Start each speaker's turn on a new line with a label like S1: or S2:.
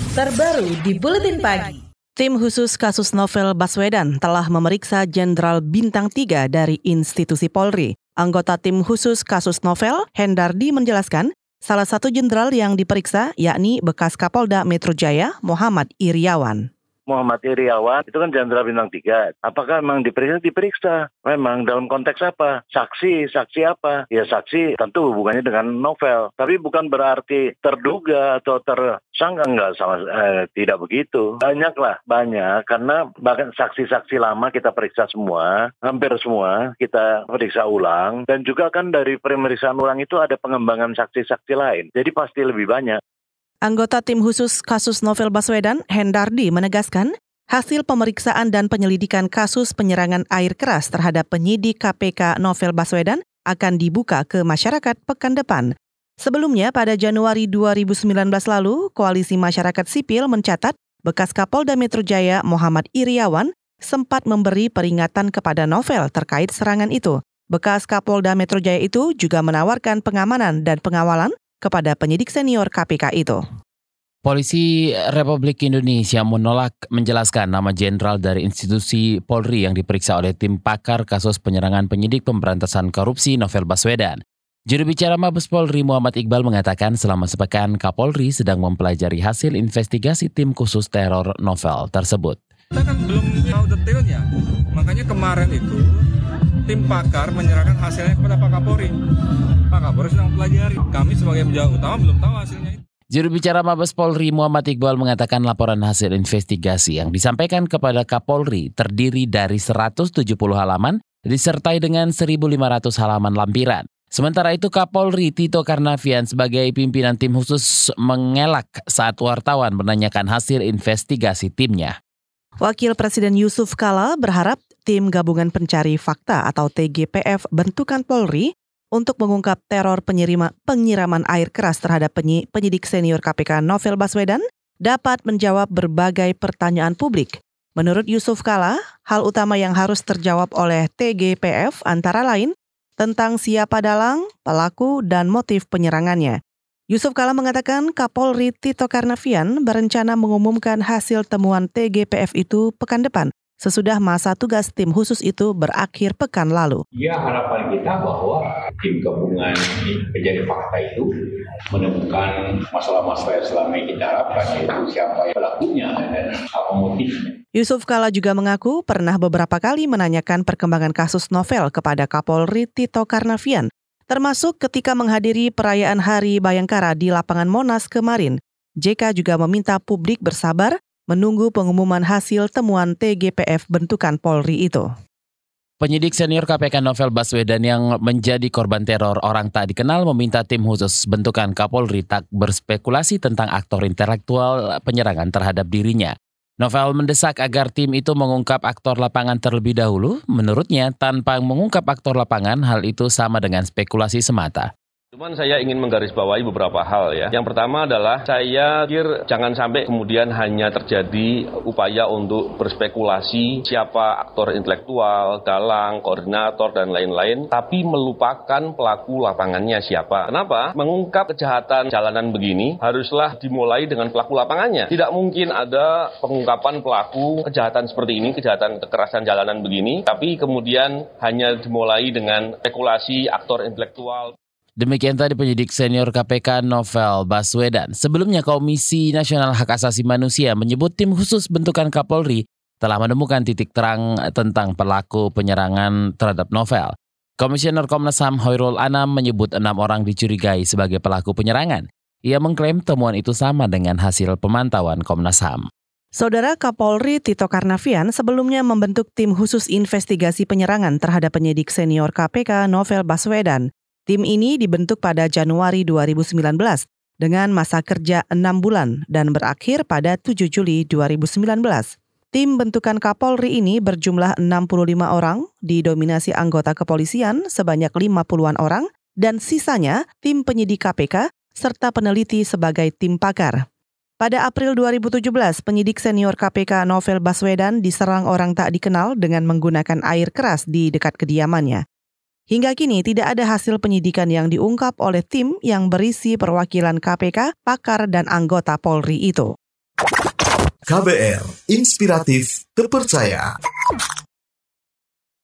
S1: terbaru di Buletin Pagi. Tim khusus kasus novel Baswedan telah memeriksa Jenderal Bintang 3 dari institusi Polri. Anggota tim khusus kasus novel, Hendardi, menjelaskan salah satu jenderal yang diperiksa yakni bekas Kapolda Metro Jaya, Muhammad Iriawan.
S2: Muhammad Iriawan itu kan Jenderal Bintang 3. Apakah memang diperiksa? Diperiksa. Memang dalam konteks apa? Saksi apa? Ya saksi tentu hubungannya dengan novel. Tapi bukan berarti terduga atau tersangka, enggak sama, tidak begitu. Banyak. Karena bahkan saksi-saksi lama kita periksa semua, hampir semua kita periksa ulang. Dan juga kan dari pemeriksaan ulang itu ada pengembangan saksi-saksi lain. Jadi pasti lebih banyak.
S1: Anggota tim khusus kasus novel Baswedan, Hendardi, menegaskan hasil pemeriksaan dan penyelidikan kasus penyerangan air keras terhadap penyidik KPK Novel Baswedan akan dibuka ke masyarakat pekan depan. Sebelumnya, pada Januari 2019 lalu, Koalisi Masyarakat Sipil mencatat bekas Kapolda Metro Jaya Muhammad Iriawan sempat memberi peringatan kepada Novel terkait serangan itu. Bekas Kapolda Metro Jaya itu juga menawarkan pengamanan dan pengawalan kepada penyidik senior KPK itu.
S3: Polisi Republik Indonesia menolak menjelaskan nama jenderal dari institusi Polri yang diperiksa oleh tim pakar kasus penyerangan penyidik pemberantasan korupsi Novel Baswedan. Juru bicara Mabes Polri Muhammad Iqbal mengatakan selama sepekan Kapolri sedang mempelajari hasil investigasi tim khusus teror Novel tersebut.
S4: Kita kan belum tahu detailnya, makanya kemarin itu tim pakar menyerahkan hasilnya kepada Pak Kapolri. Pak Kapolri sedang mempelajari. Kami sebagai penjawab utama belum tahu hasilnya.
S3: Juru bicara Mabes Polri Muhammad Iqbal mengatakan laporan hasil investigasi yang disampaikan kepada Kapolri terdiri dari 170 halaman disertai dengan 1.500 halaman lampiran. Sementara itu Kapolri Tito Karnavian sebagai pimpinan tim khusus mengelak saat wartawan menanyakan hasil investigasi timnya.
S1: Wakil Presiden Yusuf Kala berharap tim Gabungan Pencari Fakta atau TGPF bentukan Polri untuk mengungkap teror penyiraman air keras terhadap penyidik senior KPK Novel Baswedan dapat menjawab berbagai pertanyaan publik. Menurut Yusuf Kala, hal utama yang harus terjawab oleh TGPF antara lain tentang siapa dalang, pelaku, dan motif penyerangannya. Yusuf Kala mengatakan Kapolri Tito Karnavian berencana mengumumkan hasil temuan TGPF itu pekan depan, sesudah masa tugas tim khusus itu berakhir pekan lalu.
S5: Ya, harapan kita bahwa tim gabungan pencari fakta itu menemukan masalah-masalah yang selama ini kita harapkan, yaitu siapa pelakunya dan apa motifnya.
S1: Yusuf Kala juga mengaku pernah beberapa kali menanyakan perkembangan kasus novel kepada Kapolri Tito Karnavian, termasuk ketika menghadiri perayaan Hari Bayangkara di lapangan Monas kemarin. JK juga meminta publik bersabar menunggu pengumuman hasil temuan TGPF bentukan Polri itu.
S3: Penyidik senior KPK Novel Baswedan yang menjadi korban teror orang tak dikenal meminta tim khusus bentukan Kapolri tak berspekulasi tentang aktor intelektual penyerangan terhadap dirinya. Novel mendesak agar tim itu mengungkap aktor lapangan terlebih dahulu. Menurutnya, tanpa mengungkap aktor lapangan, hal itu sama dengan spekulasi semata.
S6: Cuman saya ingin menggarisbawahi beberapa hal ya. Yang pertama adalah saya pikir jangan sampai kemudian hanya terjadi upaya untuk berspekulasi siapa aktor intelektual, dalang, koordinator, dan lain-lain, tapi melupakan pelaku lapangannya siapa. Kenapa? Mengungkap kejahatan jalanan begini haruslah dimulai dengan pelaku lapangannya. Tidak mungkin ada pengungkapan pelaku kejahatan seperti ini, kejahatan kekerasan jalanan begini, tapi kemudian hanya dimulai dengan spekulasi aktor intelektual.
S3: Demikian tadi penyidik senior KPK Novel Baswedan. Sebelumnya Komisi Nasional Hak Asasi Manusia menyebut tim khusus bentukan Kapolri telah menemukan titik terang tentang pelaku penyerangan terhadap Novel. Komisioner Komnas HAM Hoirul Anam menyebut 6 orang dicurigai sebagai pelaku penyerangan. Ia mengklaim temuan itu sama dengan hasil pemantauan Komnas HAM.
S1: Saudara Kapolri Tito Karnavian sebelumnya membentuk tim khusus investigasi penyerangan terhadap penyidik senior KPK Novel Baswedan. Tim ini dibentuk pada Januari 2019 dengan masa kerja 6 bulan dan berakhir pada 7 Juli 2019. Tim bentukan Kapolri ini berjumlah 65 orang, didominasi anggota kepolisian sebanyak 50-an orang, dan sisanya tim penyidik KPK serta peneliti sebagai tim pakar. Pada April 2017, penyidik senior KPK Novel Baswedan diserang orang tak dikenal dengan menggunakan air keras di dekat kediamannya. Hingga kini tidak ada hasil penyidikan yang diungkap oleh tim yang berisi perwakilan KPK, pakar, dan anggota Polri itu.
S7: KBR, inspiratif, terpercaya.